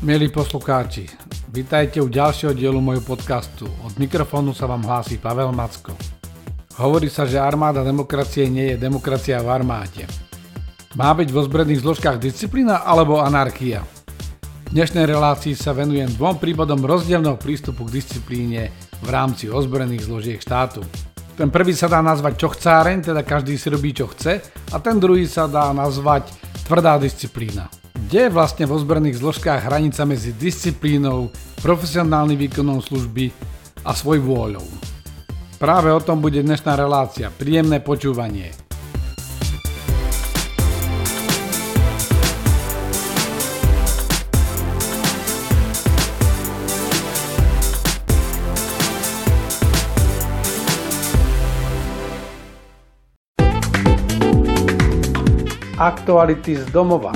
Milí poslucháči, vítajte u ďalšieho dielu môjho podcastu. Od mikrofónu sa vám hlási Pavel Macko. Hovorí sa, že armáda demokracie nie je demokracia v armáde. Má byť v ozbrojených zložkách disciplína alebo anarchia? V dnešnej relácii sa venujem dvom prípadom rozdielneho prístupu k disciplíne v rámci ozbrojených zložiek štátu. Ten prvý sa dá nazvať čochcáreň, teda každý si robí čo chce, a ten druhý sa dá nazvať tvrdá disciplína. Kde je vlastne v ozbrojených zložkách hranica medzi disciplínou, profesionálnym výkonom služby a svoj vôľou? Práve o tom bude dnešná relácia. Príjemné počúvanie. Aktuality z domova.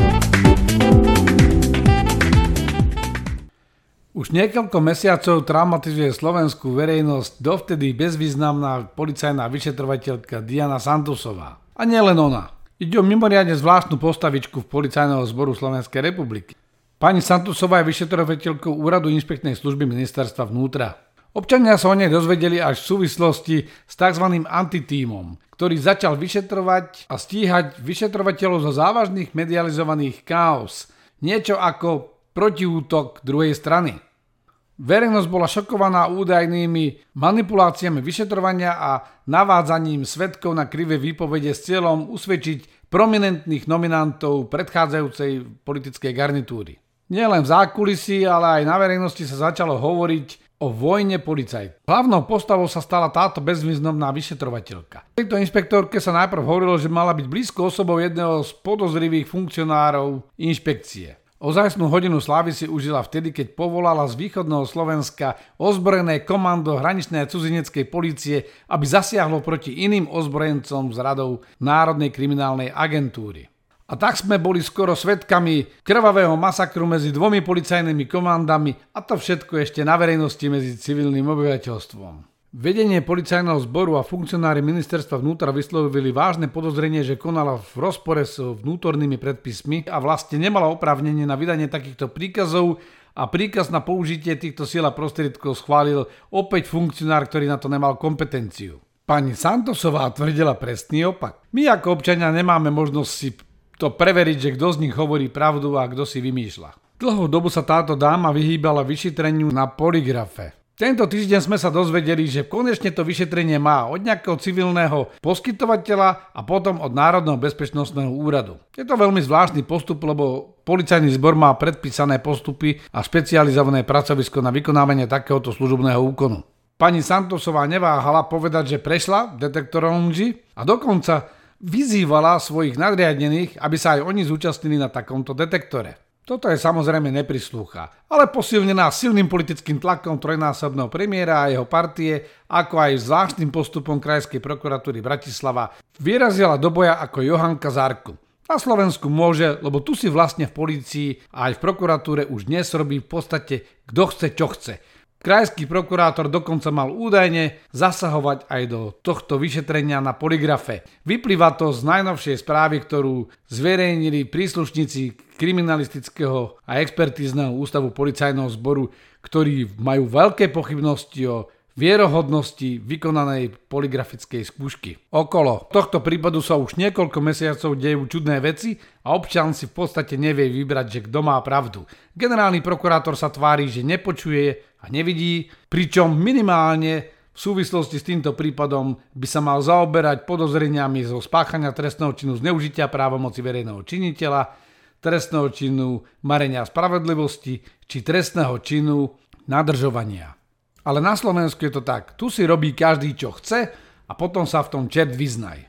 Už niekoľko mesiacov traumatizuje slovenskú verejnosť dovtedy bezvýznamná policajná vyšetrovateľka Diana Santosová. A nielen ona. Ide o mimoriadne zvláštnu postavičku v Policajného zboru Slovenskej republiky. Pani Santosová je vyšetrovateľkou Úradu inšpekčnej služby Ministerstva vnútra. Občania sa o nej dozvedeli až v súvislosti s tzv. Antitímom, ktorý začal vyšetrovať a stíhať vyšetrovateľov zo závažných medializovaných káuz. Niečo ako protiútok druhej strany. Verejnosť bola šokovaná údajnými manipuláciami vyšetrovania a navádzaním svedkov na krivé výpovede s cieľom usvedčiť prominentných nominantov predchádzajúcej politickej garnitúry. Nielen v zákulisí, ale aj na verejnosti sa začalo hovoriť o vojne policajtov. Hlavnou postavou sa stala táto bezvýznamná vyšetrovateľka. Tejto inšpektorke sa najprv hovorilo, že mala byť blízko osobou jedného z podozrivých funkcionárov inšpekcie. Ozajstnú hodinu slávy si užila vtedy, keď povolala z východného Slovenska ozbrojené komando hraničnej a cudzineckej polície, aby zasiahlo proti iným ozbrojencom z radov Národnej kriminálnej agentúry. A tak sme boli skoro svedkami krvavého masakru medzi dvomi policajnými komandami, a to všetko ešte na verejnosti medzi civilným obyvateľstvom. Vedenie policajného zboru a funkcionári ministerstva vnútra vyslovili vážne podozrenie, že konala v rozpore s vnútornými predpismi a vlastne nemala oprávnenie na vydanie takýchto príkazov, a príkaz na použitie týchto síl a prostriedkov schválil opäť funkcionár, ktorý na to nemal kompetenciu. Pani Santosová tvrdila presný opak. My ako občania nemáme možnosť si to preveriť, že kto z nich hovorí pravdu a kto si vymýšľa. Dlhú dobu sa táto dáma vyhýbala vyšetreniu na polygrafe. Tento týždeň sme sa dozvedeli, že konečne to vyšetrenie má od nejakého civilného poskytovateľa a potom od Národného bezpečnostného úradu. Je to veľmi zvláštny postup, lebo policajný zbor má predpísané postupy a špecializované pracovisko na vykonávanie takéhoto služobného úkonu. Pani Santosová neváhala povedať, že prešla detektorom lži a dokonca vyzývala svojich nadriadených, aby sa aj oni zúčastnili na takomto detektore. Toto je samozrejme neprislúcha, ale posilnená silným politickým tlakom trojnásobného premiéra a jeho partie, ako aj zvláštnym postupom Krajskej prokuratúry Bratislava, vyrazila do boja ako Johanka Zárku. Na Slovensku môže, lebo tu si vlastne v polícii a aj v prokuratúre už dnes robí v podstate kto chce, čo chce. Krajský prokurátor dokonca mal údajne zasahovať aj do tohto vyšetrenia na polygrafe. Vyplýva to z najnovšej správy, ktorú zverejnili príslušníci kriminalistického a expertízneho ústavu policajného zboru, ktorí majú veľké pochybnosti o vierohodnosti vykonanej polygrafickej skúšky. Okolo tohto prípadu sa už niekoľko mesiacov dejú čudné veci a občan si v podstate nevie vybrať, že kto má pravdu. Generálny prokurátor sa tvári, že nepočuje a nevidí, pričom minimálne v súvislosti s týmto prípadom by sa mal zaoberať podozreniami zo spáchania trestného činu zneužitia právomoci verejného činiteľa, trestného činu marenia spravodlivosti či trestného činu nadržovania. Ale na Slovensku je to tak. Tu si robí každý, čo chce, a potom sa v tom čert vyznaj.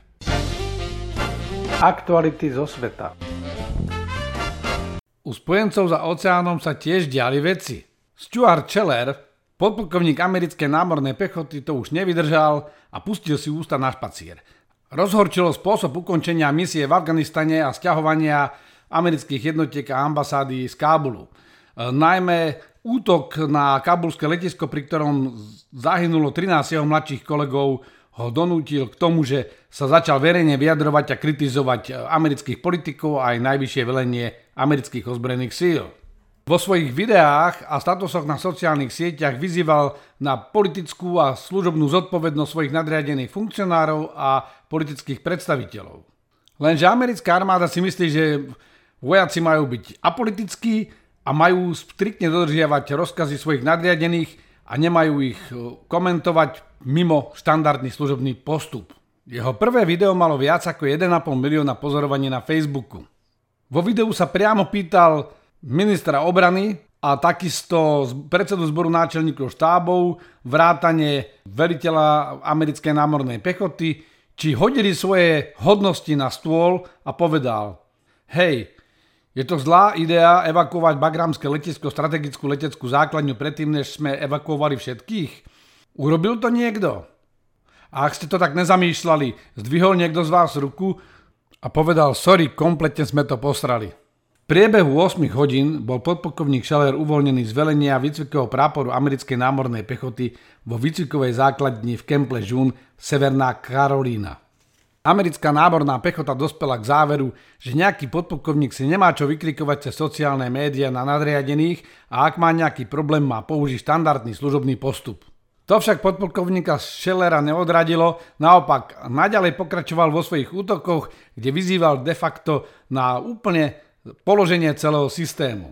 Aktuality zo sveta. U spojencov za oceánom sa tiež diali veci. Stuart Scheller, podplukovník americkej námornej pechoty, to už nevydržal a pustil si ústa na špacír. Rozhorčilo spôsob ukončenia misie v Afganistane a sťahovania amerických jednotiek a ambasády z Kábulu. Najmä útok na kabulské letisko, pri ktorom zahynulo 13 jeho mladších kolegov, ho donútil k tomu, že sa začal verejne vyjadrovať a kritizovať amerických politikov a aj najvyššie velenie amerických ozbrojených síl. Vo svojich videách a statusoch na sociálnych sieťach vyzýval na politickú a služobnú zodpovednosť svojich nadriadených funkcionárov a politických predstaviteľov. Lenže americká armáda si myslí, že vojaci majú byť apolitickí a majú striktne dodržiavať rozkazy svojich nadriadených a nemajú ich komentovať mimo štandardný služobný postup. Jeho prvé video malo viac ako 1,5 milióna pozorovaní na Facebooku. Vo videu sa priamo pýtal ministra obrany a takisto predsedu zboru náčelníkov štábov, vrátane veliteľa americkej námornej pechoty, či hodili svoje hodnosti na stôl a povedal: hej, je to zlá idea evakuovať Bagramské letisko, strategickú leteckú základňu predtým, než sme evakuovali všetkých? Urobil to niekto? A ak ste to tak nezamýšľali, zdvihol niekto z vás ruku a povedal: sorry, kompletne sme to posrali. V priebehu 8 hodín bol podplukovník Scheller uvoľnený z velenia výcvikového práporu americkej námornej pechoty vo výcvikovej základni v Camp Lejeune, Severná Karolína. Americká námorná pechota dospela k záveru, že nejaký podplukovník si nemá čo vykrikovať cez sociálne médiá na nadriadených a ak má nejaký problém, má použiť štandardný služobný postup. To však podplukovníka Schellera neodradilo, naopak naďalej pokračoval vo svojich útokoch, kde vyzýval de facto na úplne položenie celého systému.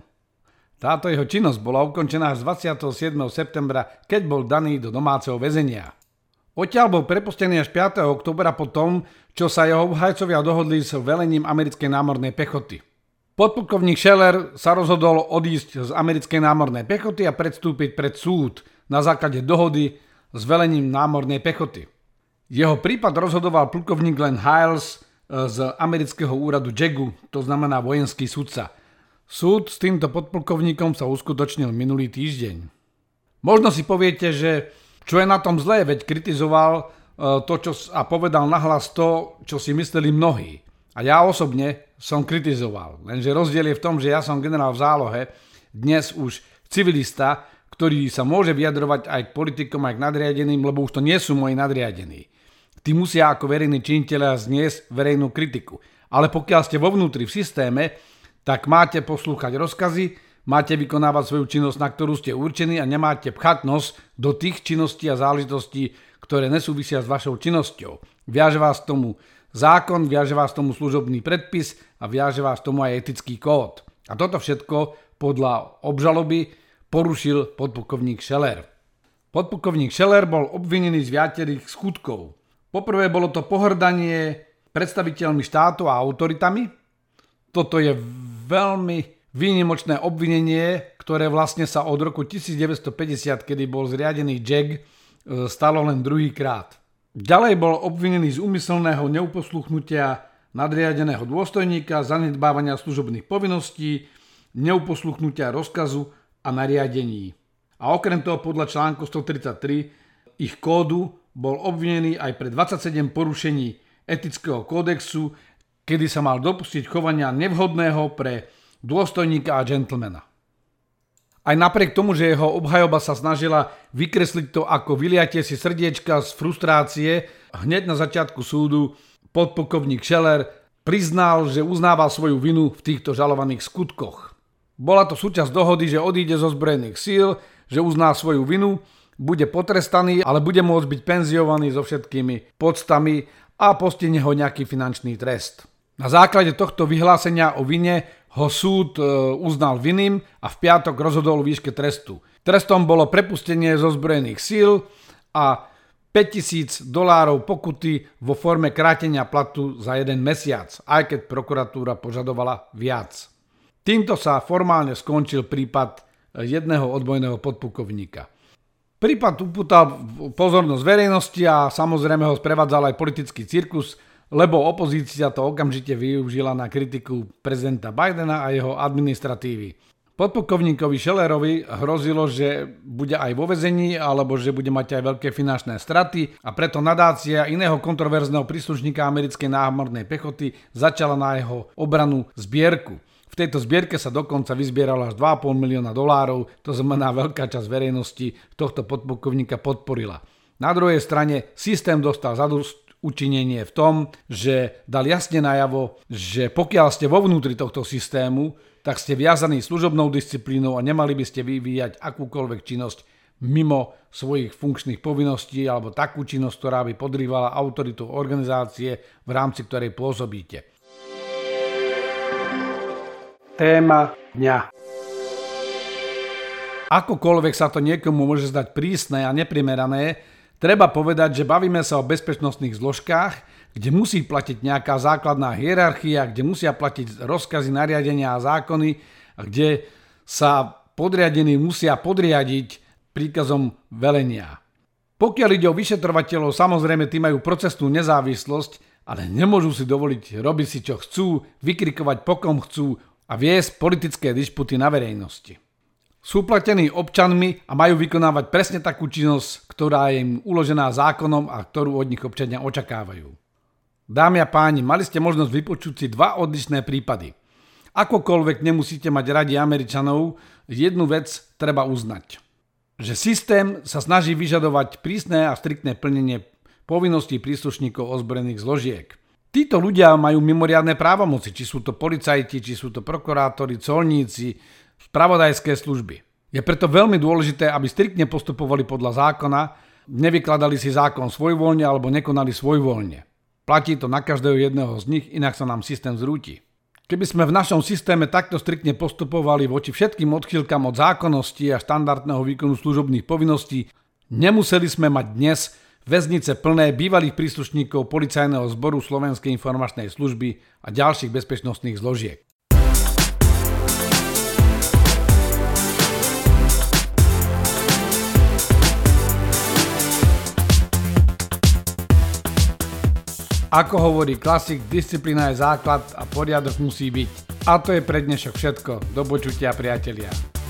Táto jeho činnosť bola ukončená až 27. septembra, keď bol daný do domáceho väzenia. Odtiaľ bol prepustený až 5. októbra po tom, čo sa jeho obhajcovia dohodli s velením americkej námornej pechoty. Podplukovník Scheller sa rozhodol odísť z americkej námornej pechoty a predstúpiť pred súd na základe dohody s velením námornej pechoty. Jeho prípad rozhodoval plukovník Glenn Hiles z amerického úradu JAGu, to znamená vojenský sudca. Súd s týmto podplukovníkom sa uskutočnil minulý týždeň. Možno si poviete, že čo je na tom zlé, veď kritizoval a povedal nahlas to, čo si mysleli mnohí. A ja osobne som kritizoval, lenže rozdiel je v tom, že ja som generál v zálohe, dnes už civilista, ktorý sa môže vyjadrovať aj k politikom, aj k nadriadeným, lebo už to nie sú moji nadriadení. Tí musia ako verejní činitelia zniesť verejnú kritiku. Ale pokiaľ ste vo vnútri v systéme, tak máte poslúchať rozkazy, máte vykonávať svoju činnosť, na ktorú ste určení a nemáte pchať nos do tých činností a záležitostí, ktoré nesúvisia s vašou činnosťou. Viaže vás k tomu zákon, viaže vás k tomu služobný predpis a viaže vás k tomu aj etický kód. A toto všetko podľa obžaloby porušil podplukovník Scheller. Podplukovník Scheller bol obvinený z viacerých skutkov. Poprvé bolo to pohŕdanie predstaviteľmi štátu a autoritami. Toto je veľmi výnimočné obvinenie, ktoré vlastne sa od roku 1950, kedy bol zriadený JAG, stalo len druhýkrát. Ďalej bol obvinený z úmyselného neuposluchnutia nadriadeného dôstojníka, zanedbávania služobných povinností, neuposluchnutia rozkazu a nariadení. A okrem toho podľa článku 133 ich kódu bol obvinený aj pre 27 porušení etického kódexu, kedy sa mal dopustiť chovania nevhodného pre dôstojníka a gentlemana. Aj napriek tomu, že jeho obhajoba sa snažila vykresliť to ako vyliatie si srdiečka z frustrácie, hneď na začiatku súdu podplukovník Scheller priznal, že uznáva svoju vinu v týchto žalovaných skutkoch. Bola to súčasť dohody, že odíde zo zbrojených síl, že uzná svoju vinu, bude potrestaný, ale bude môcť byť penziovaný so všetkými poctami a postihne ho nejaký finančný trest. Na základe tohto vyhlásenia o vine ho súd uznal vinným a v piatok rozhodol o výške trestu. Trestom bolo prepustenie zo zbrojených síl a $5,000 pokuty vo forme krátenia platu za 1 mesiac, aj keď prokuratúra požadovala viac. Týmto sa formálne skončil prípad jedného odbojného podplukovníka. Prípad upútal pozornosť verejnosti a samozrejme ho sprevádzal aj politický cirkus, lebo opozícia to okamžite využila na kritiku prezidenta Bidena a jeho administratívy. Podplukovníkovi Schellerovi hrozilo, že bude aj vo väzení alebo že bude mať aj veľké finančné straty a preto nadácia iného kontroverzného príslušníka americkej námornej pechoty začala na jeho obranu zbierku. V tejto zbierke sa dokonca vyzbieralo až $2,5 milióna, to znamená veľká časť verejnosti tohto podplukovníka podporila. Na druhej strane systém dostal zadošťučinenie v tom, že dal jasne najavo, že pokiaľ ste vo vnútri tohto systému, tak ste viazaní služobnou disciplínou a nemali by ste vyvíjať akúkoľvek činnosť mimo svojich funkčných povinností alebo takú činnosť, ktorá by podrývala autoritu organizácie, v rámci ktorej pôsobíte. Téma dňa. Akokoľvek sa to niekomu môže zdať prísne a neprimerané, treba povedať, že bavíme sa o bezpečnostných zložkách, kde musí platiť nejaká základná hierarchia, kde musia platiť rozkazy, nariadenia a zákony a kde sa podriadení musia podriadiť príkazom velenia. Pokiaľ ide o vyšetrovateľov, samozrejme tí majú procesnú nezávislosť, ale nemôžu si dovoliť robiť si čo chcú, vykrikovať po kom chcú a viesť politické dišputy na verejnosti. Sú platení občanmi a majú vykonávať presne takú činnosť, ktorá je im uložená zákonom a ktorú od nich občania očakávajú. Dámy a páni, mali ste možnosť vypočuť si dva odlišné prípady. Akokoľvek nemusíte mať radi Američanov, jednu vec treba uznať. Že systém sa snaží vyžadovať prísne a striktné plnenie povinností príslušníkov ozbrojených zložiek. Títo ľudia majú mimoriadne právomoci, či sú to policajti, či sú to prokurátori, colníci, spravodajské služby. Je preto veľmi dôležité, aby striktne postupovali podľa zákona, nevykladali si zákon svojvoľne alebo nekonali svojvoľne. Platí to na každého jedného z nich, inak sa nám systém zrúti. Keby sme v našom systéme takto striktne postupovali voči všetkým odchýlkam od zákonnosti a štandardného výkonu služobných povinností, nemuseli sme mať dnes väznice plné bývalých príslušníkov Policajného zboru Slovenskej informačnej služby a ďalších bezpečnostných zložiek. Ako hovorí klasik, disciplína je základ a poriadok musí byť. A to je pre dnešok všetko. Do počutia, priatelia.